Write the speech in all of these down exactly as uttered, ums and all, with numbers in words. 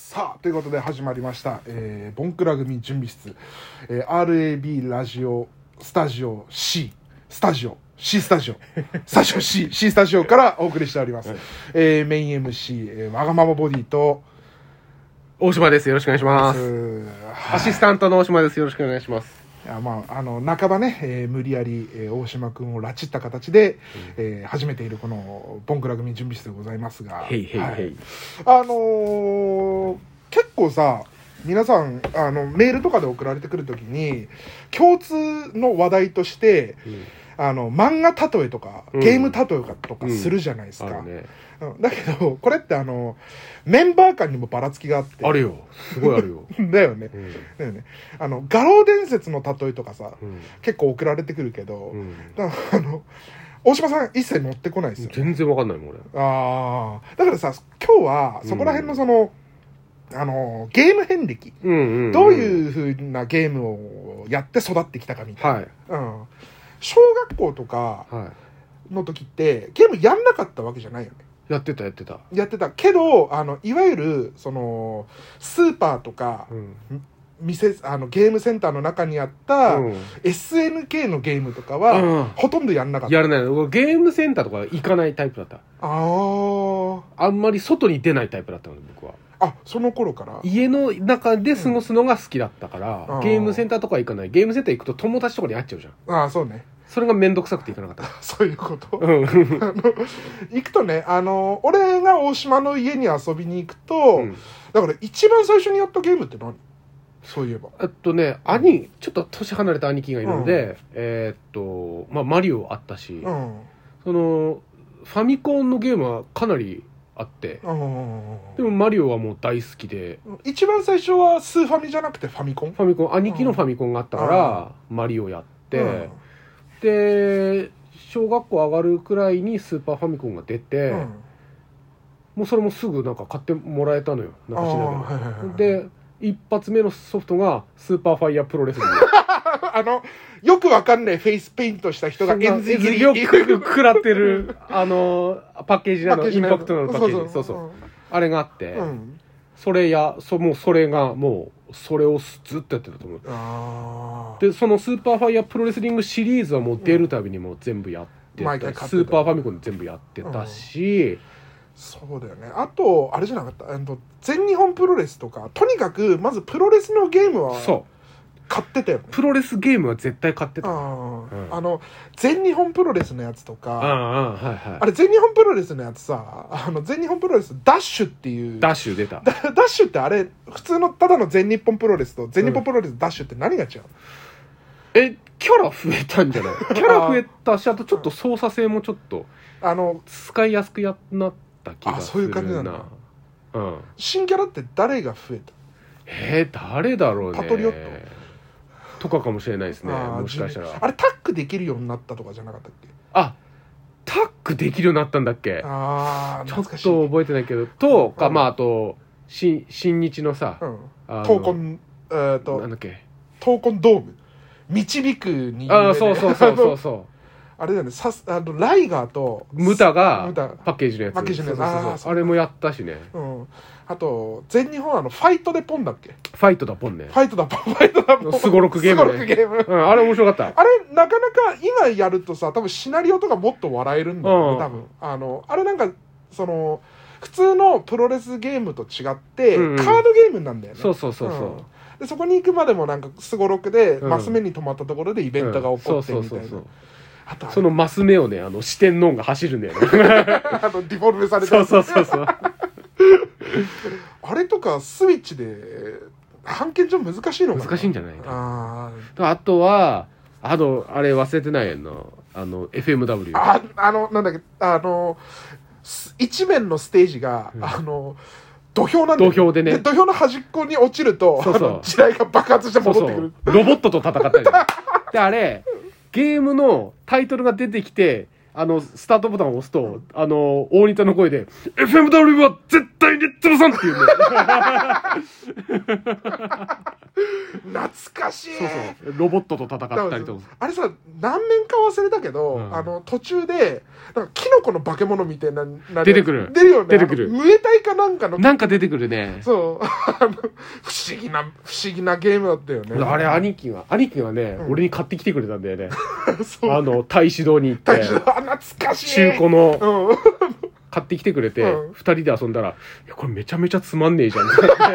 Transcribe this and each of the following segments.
さあということで始まりました、えー、ボンクラ組準備室、えー、アールエービー ラジオスタジオ C スタジオ C スタジオスタジオ C, C スタジオからお送りしております、えー、メイン エムシー、えー、わがままボディと大島です。よろしくお願いします。 はい、 アシスタントの大島です。よろしくお願いします。 いや、まあ、あの半ばね、えー、無理やり、えー、大島君を拉致った形で、うんえー、始めているこのボンクラ組準備室でございますが、 へいへいへい、はい、 あのー、結構さ皆さんあのメールとかで送られてくるときに共通の話題として、うんあの漫画例えとかゲーム例えとかするじゃないですか、うんうんねうん、だけどこれってあのメンバー間にもばらつきがあってあるよすごいあるよだよね、うん、だよねあの画廊伝説の例えとかさ、うん、結構送られてくるけど、うん、だからあの大島さん一切乗ってこないですよ、ね、 全然わかんないもん俺ああだからさ今日はそこら辺のその、うん、あのゲーム遍歴、うんうんうん、どういう風なゲームをやって育ってきたかみたいな、はいうん小学校とかの時ってゲームやんなかったわけじゃないよね。 やってたやってたやってたけどあのいわゆるそのスーパーとか、うん、店あのゲームセンターの中にあった、うん、エスエヌケー のゲームとかは、うん、ほとんどやんなかった。 やらないのゲームセンターとか行かないタイプだった。 ああんまり外に出ないタイプだったの僕は。 あその頃から家の中で過ごすのが好きだったから、うん、ゲームセンターとか行かないゲームセンター行くと友達とかに会っちゃうじゃん。 ああそうねそれがめんどくさくて行かなかったそういうこと、うん、あの行くとねあの俺が大島の家に遊びに行くと、うん、だから一番最初にやったゲームって何そういえばえっとね兄ちょっと年離れた兄貴がいるので、うん、えー、っとまあマリオあったし、うん、そのファミコンのゲームはかなりあって、うん、でもマリオはもう大好きで一番最初はスーファミじゃなくてファミコンファミコン兄貴のファミコンがあったから、うん、マリオやって、うんで小学校上がるくらいにスーパーファミコンが出て、うん、もうそれもすぐなんか買ってもらえたのよなんかしながら、はいはいはい、で一発目のソフトがスーパーファイヤープロレスあのよくわかんないフェイスペイントした人がエンズギリよく食らってるあのパッケージなのインパクトのパッケージそうそう、うん、あれがあって、うん、それやそもうそれがもうそれをずっとやってたと思う。あでそのスーパーファイヤープロレスリングシリーズはもう出るたびにもう全部やってた、うん、スーパーファミコンで全部やってたし、うん、 そうだよね。あとあれじゃなかった全日本プロレスとかとにかくまずプロレスのゲームはそう買ってたよね。 プロレスゲームは絶対買ってた。あ、 うん、あの全日本プロレスのやつとかあ, あ, はい、はい、 あれ全日本プロレスのやつさあの全日本プロレスダッシュっていうダッシュ出たダッシュってあれ普通のただの全日本プロレスと全日本プロレスダッシュって何が違う、 うん、えキャラ増えたんじゃないキャラ増えたしあとちょっと操作性もちょっとあの使いやすくやなった気がするな。あそういう感じなんだ、うん、 新キャラって誰が増えたえー、誰だろうね。 パトリオットとかかもしれないですね。もしかしたらあれタックできるようになったとかじゃなかったっけ。 あタックできるようになったんだっけ。あちょっと覚えてないけどとか、うん、まああと新新日のさ、うん、 闘魂えー、となんだっけ闘魂ドーム導くに、ね、 あそうそうそうそうそうあれだよねサスあのライガーとムタがパッケージのやつパッケージのやつそうそうそうあれもやったしね、 うん、あと全日本あのファイトでポンだっけ。 ファイトだポンねファイトだポンファイトだポンスゴロクゲームね。 スゴロクゲーム、 うん、あれ面白かった。 あれなかなか今やるとさ多分シナリオとかもっと笑えるんだよね、うん、多分あのあれなんかその普通のプロレスゲームと違って、うんうん、カードゲームなんだよね。 そうそうそうそう、うんでそこに行くまでもなんかスゴロクで、うん、マス目に止まったところでイベントが起こってみたいな。 あとそのマス目をねあの四天王が走るんだよねあのディフォルメされてるそうそうそうそうあれとかスイッチで版権上難しいのかな。 難しいんじゃないああとはあとあれ忘れてないやんなあの エフエムダブリューああのなんだっけあの一面のステージが、うん、あの土俵なんで、 土俵でね。 で土俵の端っこに落ちると、そうそうあの地雷が爆発して戻ってくる。 そうそうロボットと戦ったり。で、あれ、ゲームのタイトルが出てきて、あの、スタートボタンを押すと、うん、あの、大仁田の声で、エフエムダブリュー は絶対に潰さんって言うんだよ。 懐かしい。 そうそうロボットと戦ったりとか。 あれさ何年か忘れたけど、うん、あの途中でなんかキノコの化け物みたいな出てくる出るよね。 出てくる。 ムエタイかなんかのなんか出てくるね。 そうあの不思議な不思議なゲームだったよね。 あれ兄貴が兄貴がね、うん、俺に買ってきてくれたんだよね。そうあの太子堂に行って太子堂懐かしい中古の、 うん買ってきてくれて、うん、ふたりで遊んだら、いや、これめちゃめちゃつまんねえじゃん。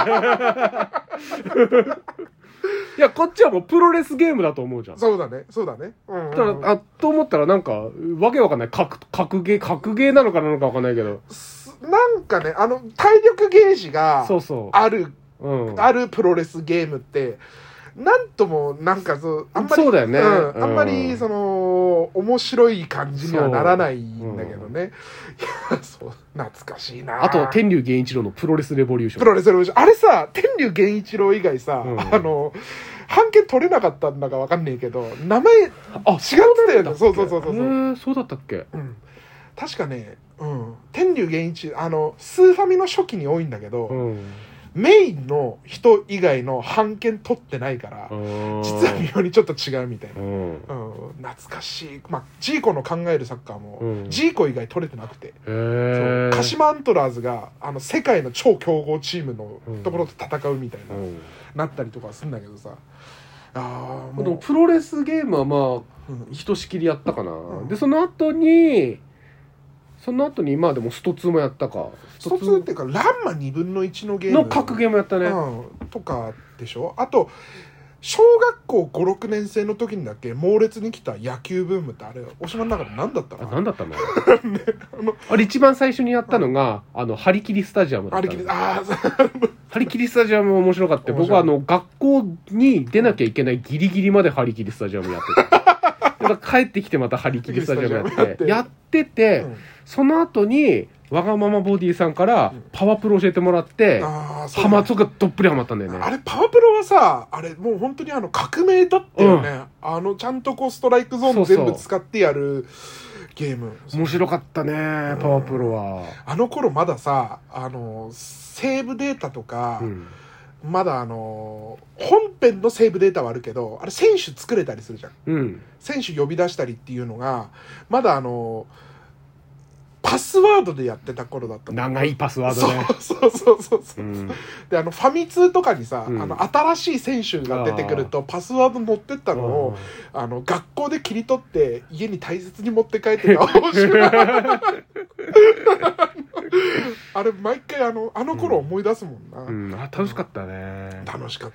いや、こっちはもうプロレスゲームだと思うじゃん。 そうだね、そうだね。うんうんうん、 ただ、あ、と思ったらなんか、わけわかんない。格、格ゲー、格ゲーなのかなのかわかんないけど。 なんかね、あの、体力ゲージが、 そうそう。 ある、 うん、 あるプロレスゲームって、なんともなんかそうあんまりそうだよね、 うんうん、あんまりその面白い感じにはならないんだけどね、うん、いやそう懐かしいな。 あと天竜源一郎のプロレスレボリューション。 プロレスレボリューションあれさ天竜源一郎以外さ、うん、あの版権取れなかったんだかわかんないけど名前違ったよね。そうそうそうそうそう。 そうだったっけ、 うん、確かね、うん、天竜源一あのスーファミの初期に多いんだけど、うんメインの人以外の版権取ってないから実は微妙にちょっと違うみたいな、うんうん、懐かしい。まあジーコの考えるサッカーも、うん、ジーコ以外取れてなくて、そう鹿島アントラーズがあの世界の超強豪チームのところと戦うみたいな、うん、なったりとかするんだけどさあもうでもプロレスゲームはまあ、うん、ひとしきりやったかな、うん、でその後にその後にまあでもストツーもやったか。 ストツーっていうかランマにぶんのいちのゲームの格ゲームやったね、 うん、とかでしょ。あと小学校ご、ろくねん生の時にだけ猛烈に来た野球ブームってあれおしまの中で何だったの？ あ何だったの、ね、あのあれ一番最初にやったのが、うん、あのハリキリスタジアムだった。ハリキリあハリキリスタジアム面白かった。僕はあの学校に出なきゃいけないギリギリまでハリキリスタジアムやってた。帰ってきてまたハリキリスタジアムやってやってて、うん、その後にわがままボディさんからパワプロ教えてもらって、うん、あハマとかどっぷりハマったんだよね。 あれパワプロはさあれもう本当にあの革命だったよね、うん、あのちゃんとこうストライクゾーン全部使ってやるゲーム。 面白かったね、うん、パワプロは。 あの頃まださあのセーブデータとか、うんまだあのー、本編のセーブデータはあるけどあれ選手作れたりするじゃん、うん、選手呼び出したりっていうのがまだあのー、パスワードでやってた頃だった長いパスワードね。 そうそうそうそう、うん、であのファミ通とかにさ、うん、あの新しい選手が出てくるとパスワード載ってったのをあの学校で切り取って家に大切に持って帰ってた面白いあれ毎回あのあの頃思い出すもんな、 うんうん、あ楽しかったね。 楽しかった。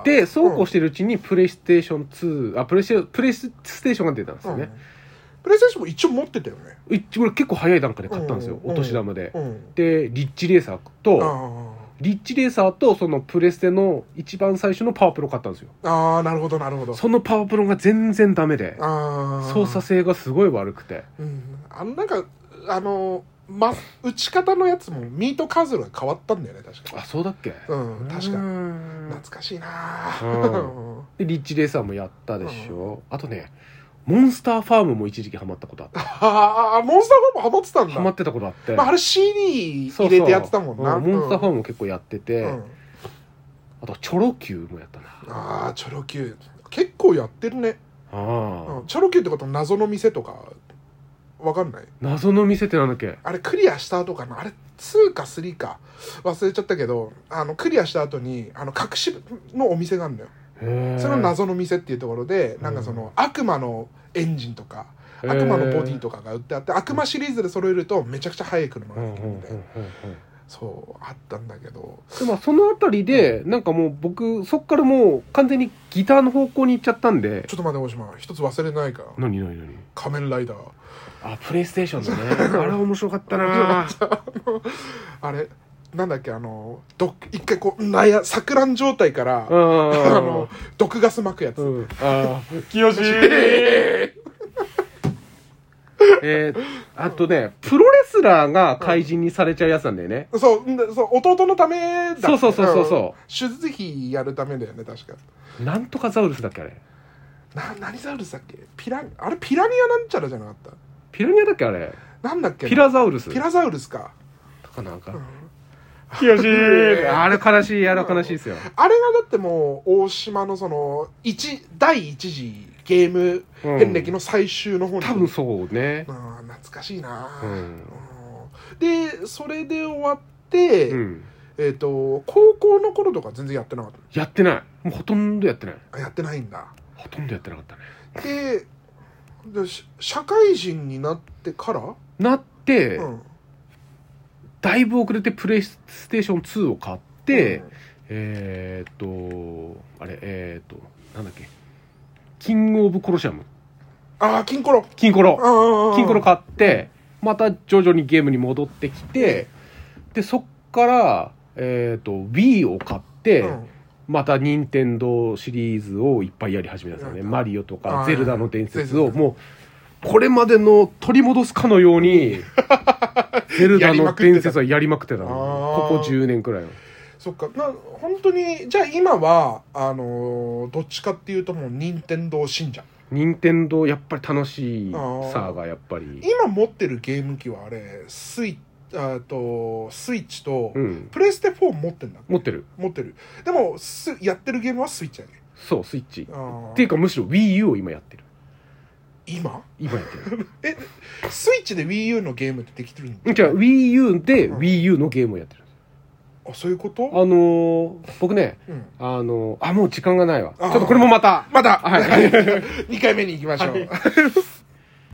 でそうこうしてるうちにプレイステーションツーあプレイスプレイステーションが出たんですよね、うん、 プレイステーションも一応持ってたよね。 俺結構早い段階で買ったんですよ、うん、お年玉で、うん、でリッチレーサーとリッチレーサーとそのプレステの一番最初のパワープロ買ったんですよ。 ああなるほどなるほど。 そのパワープロが全然ダメで操作性がすごい悪くて、 うん、あのなんかあのま、打ち方のやつもミートカズルが変わったんだよね確か。 あそうだっけ。 うん確か懐かしいな、 うん、でリッチレーサーもやったでしょ、うん、あとねモンスターファームも一時期ハマったことあった。 ああモンスターファームハマってたんだ。 ハマってたことあって、 まあ、あれ シーディー 入れてやってたもんな。 そうそう、うん、モンスターファームも結構やってて、うん、あとチョロ Q もやったな。 ああチョロ Q 結構やってるね。あ、うん、チョロ Q ってこと謎の店とかわかんない？ 謎の店ってなんだっけ？ あれクリアした後かなあれにかさんか忘れちゃったけどあのクリアした後にあの隠しのお店があるんだよ。それの謎の店っていうところでなんかその悪魔のエンジンとか悪魔のボディとかが売ってあって悪魔シリーズで揃えるとめちゃくちゃ速い車ができるみたいなそうあったんだけどでもそのあたりでなんかもう僕そっからもう完全にギターの方向に行っちゃったんで。 ちょっと待って大島一つ忘れないか。 何何何？ 仮面ライダー。 あプレイステーションだねあれ面白かったなあれなんだっけあのど一回こうなや錯乱状態からあの毒ガス巻くやつ、うん、あ清しえー、あとねプロレスラーが怪人にされちゃうやつなんだよね、 うん、そうそう弟のためだ。 そうそうそうそうそう、 手術費やるためだよね確か。 なんとかザウルスだっけあれ。 な何ザウルスだっけ。ピラあれピラニアなんちゃらじゃなかった。 ピラニアだっけあれ。 なんだっけ。 ピラザウルス。 ピラザウルスか。 とかなんか、うん、 きよしあれ悲しい、あれ悲しいですよ。 あれがだってもう、大島のその、一、第一次ゲーム遍歴の最終の方に、 うん、多分そうね。 うん、懐かしいな、 うん、 うん、で、それで終わって、うん、えっと、高校の頃とか全然やってなかった。 やってない。もうほとんどやってない。 あ、やってないんだ。 ほとんどやってなかったね。 で、で社会人になってからなって、うん、だいぶ遅れてプレイステーションツーを買って、うん、えーっとあれえーっとなんだっけ、キングオブコロシアム。 ああ、キンコロキンコロキンコロ買って、また徐々にゲームに戻ってきて、でそっからえーっと Wii を買って、うん、また任天堂シリーズをいっぱいやり始めたんですよね。マリオとかゼルダの伝説をもうこれまでの取り戻すかのようにゼルダの伝説はやりまくってたの。ここじゅうねんくらいは。 そっか、な本当にじゃあ今はあのー、どっちかっていうともう任天堂信者。 任天堂やっぱり楽しいさがやっぱり。 今持ってるゲーム機はあれスイッチあとスイッチと、うん、プレステフォー持ってんだ。 持ってる持ってる。でもやってるゲームはスイッチだね。 そう、スイッチっていうかむしろ WiiU を今やってる。 今今やってるえ、スイッチで WiiU のゲームってできてるんだ。 じゃあ WiiU で WiiU のゲームをやってる。 あ、そういうこと？ あのー、僕ね、うん、あのー、あ、もう時間がないわ。ちょっとこれもまたまた、はい、にかいめに行きましょう。はい